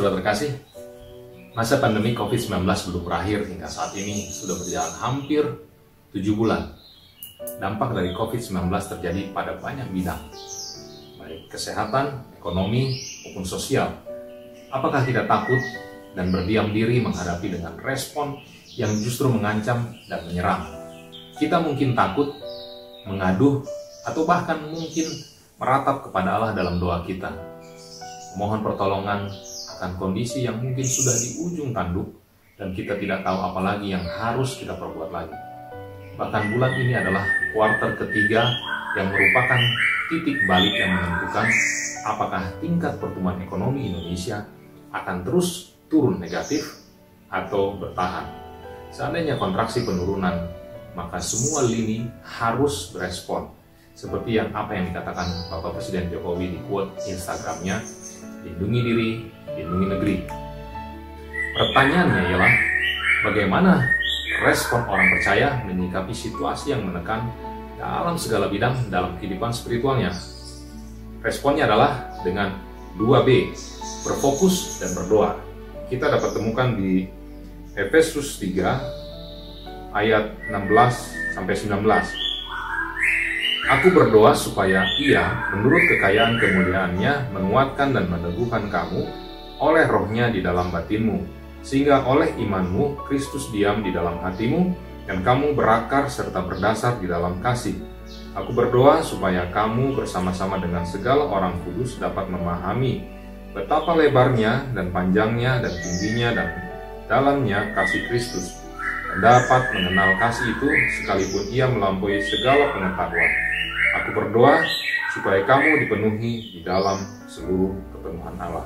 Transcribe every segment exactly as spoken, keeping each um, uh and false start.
saudara terkasih, masa pandemi covid sembilan belas belum berakhir hingga saat ini sudah berjalan hampir tujuh bulan. Dampak dari covid sembilan belas terjadi pada banyak bidang, baik kesehatan, ekonomi, maupun sosial. Apakah kita takut dan berdiam diri menghadapi dengan respon yang justru mengancam dan menyerang? Kita mungkin takut, mengaduh, atau bahkan mungkin meratap kepada Allah dalam doa kita, mohon pertolongan akan kondisi yang mungkin sudah di ujung tanduk dan kita tidak tahu apa lagi yang harus kita perbuat lagi. Bahkan bulan ini adalah kuartal ketiga yang merupakan titik balik yang menentukan apakah tingkat pertumbuhan ekonomi Indonesia akan terus turun negatif atau bertahan. Seandainya kontraksi penurunan, maka semua lini harus berespon. Seperti yang apa yang dikatakan Bapak Presiden Jokowi di quote Instagramnya, lindungi diri, lindungi negeri. Pertanyaannya ialah, bagaimana respon orang percaya menyikapi situasi yang menekan dalam segala bidang dalam kehidupan spiritualnya? Responnya adalah dengan dua B, berfokus dan berdoa. Kita dapat temukan di Efesus tiga ayat enam belas sampai sembilan belas. Aku berdoa supaya Ia menurut kekayaan kemuliaannya menguatkan dan meneguhkan kamu oleh rohnya di dalam batinmu, sehingga oleh imanmu Kristus diam di dalam hatimu dan kamu berakar serta berdasar di dalam kasih. Aku berdoa supaya kamu bersama-sama dengan segala orang kudus dapat memahami betapa lebarnya dan panjangnya dan tingginya dan dalamnya kasih Kristus, dan dapat mengenal kasih itu sekalipun ia melampaui segala pengetahuan. Aku berdoa supaya kamu dipenuhi di dalam seluruh kepenuhan Allah.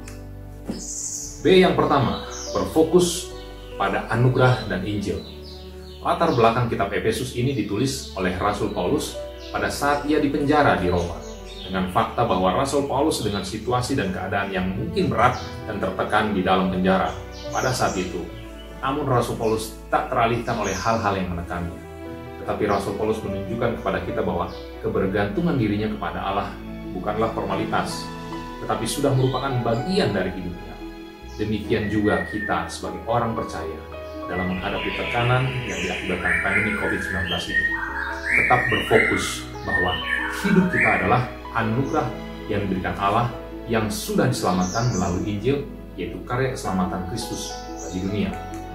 B yang pertama, berfokus pada anugerah dan Injil. Latar belakang kitab Efesus ini ditulis oleh Rasul Paulus pada saat ia dipenjara di Roma, dengan fakta bahwa Rasul Paulus dengan situasi dan keadaan yang mungkin berat dan tertekan di dalam penjara pada saat itu. Namun Rasul Paulus tak teralihkan oleh hal-hal yang menekannya. Tetapi Rasul Paulus menunjukkan kepada kita bahwa kebergantungan dirinya kepada Allah bukanlah formalitas, tetapi sudah merupakan bagian dari hidupnya. Demikian juga kita sebagai orang percaya dalam menghadapi tekanan yang diakibatkan pandemi covid sembilan belas ini. Tetap berfokus bahwa hidup kita adalah anugerah yang diberikan Allah yang sudah diselamatkan melalui Injil, yaitu karya keselamatan Kristus bagi dunia.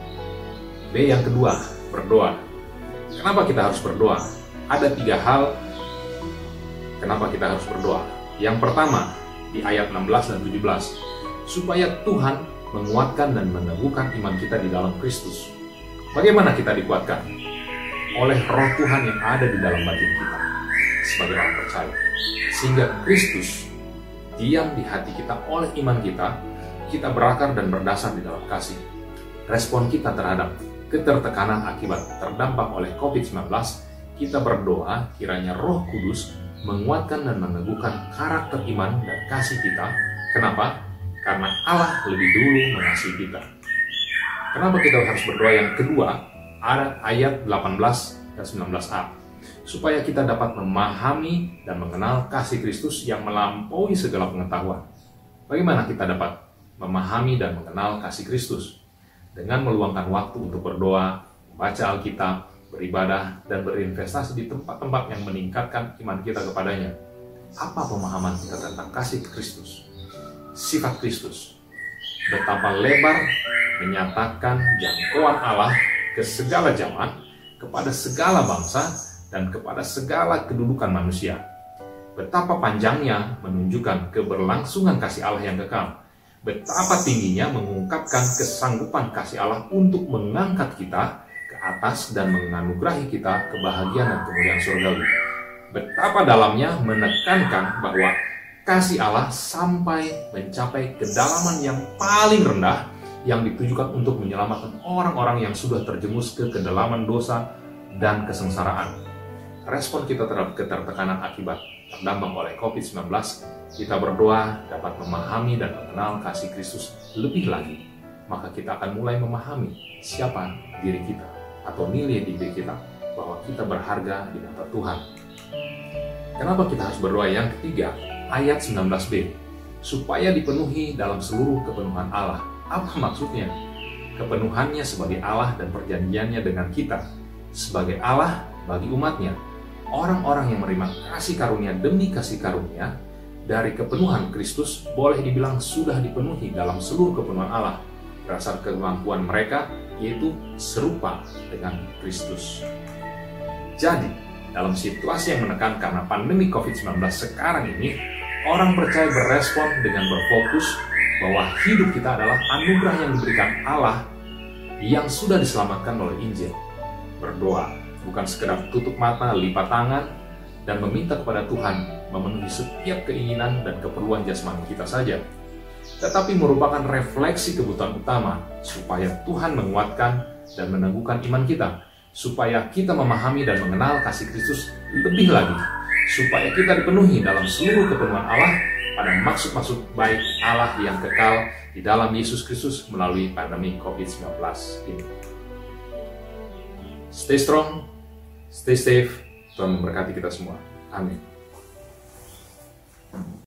B yang kedua, berdoa. Kenapa kita harus berdoa? Ada tiga hal kenapa kita harus berdoa. Yang pertama, di ayat enam belas dan tujuh belas, supaya Tuhan menguatkan dan meneguhkan iman kita di dalam Kristus. Bagaimana kita dikuatkan? Oleh roh Tuhan yang ada di dalam batin kita sebagai orang percaya. Sehingga Kristus diam di hati kita oleh iman kita, kita berakar dan berdasar di dalam kasih. Respon kita terhadap ketertekanan akibat terdampak oleh covid sembilan belas, kita berdoa kiranya Roh Kudus menguatkan dan meneguhkan karakter iman dan kasih kita. Kenapa? Karena Allah lebih dulu mengasihi kita. Kenapa kita harus berdoa? Yang kedua, ada ayat delapan belas dan sembilan belas a. Supaya kita dapat memahami dan mengenal kasih Kristus yang melampaui segala pengetahuan. Bagaimana kita dapat memahami dan mengenal kasih Kristus? Dengan meluangkan waktu untuk berdoa, membaca Alkitab, beribadah, dan berinvestasi di tempat-tempat yang meningkatkan iman kita kepadanya. Apa pemahaman kita tentang kasih Kristus? Sifat Kristus, betapa lebar menyatakan jangkauan Allah ke segala zaman, kepada segala bangsa, dan kepada segala kedudukan manusia. Betapa panjangnya menunjukkan keberlangsungan kasih Allah yang kekal. Betapa tingginya mengungkapkan kesanggupan kasih Allah untuk mengangkat kita ke atas dan menganugerahi kita kebahagiaan dan kemuliaan surgawi. Betapa dalamnya menekankan bahwa kasih Allah sampai mencapai kedalaman yang paling rendah yang ditujukan untuk menyelamatkan orang-orang yang sudah terjemus ke kedalaman dosa dan kesengsaraan. Respon kita terhadap ketertekanan akibat terdampak oleh covid sembilan belas, kita berdoa dapat memahami dan mengenal kasih Kristus lebih lagi. Maka kita akan mulai memahami siapa diri kita atau nilai diri kita, bahwa kita berharga di mata Tuhan. Kenapa kita harus berdoa? Yang ketiga, ayat sembilan belas b, supaya dipenuhi dalam seluruh kepenuhan Allah. Apa maksudnya? Kepenuhannya sebagai Allah dan perjanjiannya dengan kita sebagai Allah bagi umatnya. Orang-orang yang menerima kasih karunia demi kasih karunia dari kepenuhan Kristus boleh dibilang sudah dipenuhi dalam seluruh kepenuhan Allah berdasar kemampuan mereka, yaitu serupa dengan Kristus. Jadi, dalam situasi yang menekan karena pandemi covid sembilan belas sekarang ini, orang percaya berespon dengan berfokus bahwa hidup kita adalah anugerah yang diberikan Allah yang sudah diselamatkan oleh Injil. Berdoa bukan sekedar tutup mata, lipat tangan, dan meminta kepada Tuhan memenuhi setiap keinginan dan keperluan jasmani kita saja, tetapi merupakan refleksi kebutuhan utama supaya Tuhan menguatkan dan meneguhkan iman kita, supaya kita memahami dan mengenal kasih Kristus lebih lagi, supaya kita dipenuhi dalam seluruh kepenuhan Allah pada maksud-maksud baik Allah yang kekal di dalam Yesus Kristus melalui pandemi covid sembilan belas ini. Stay strong, stay safe, Tuhan memberkati kita semua. Amin.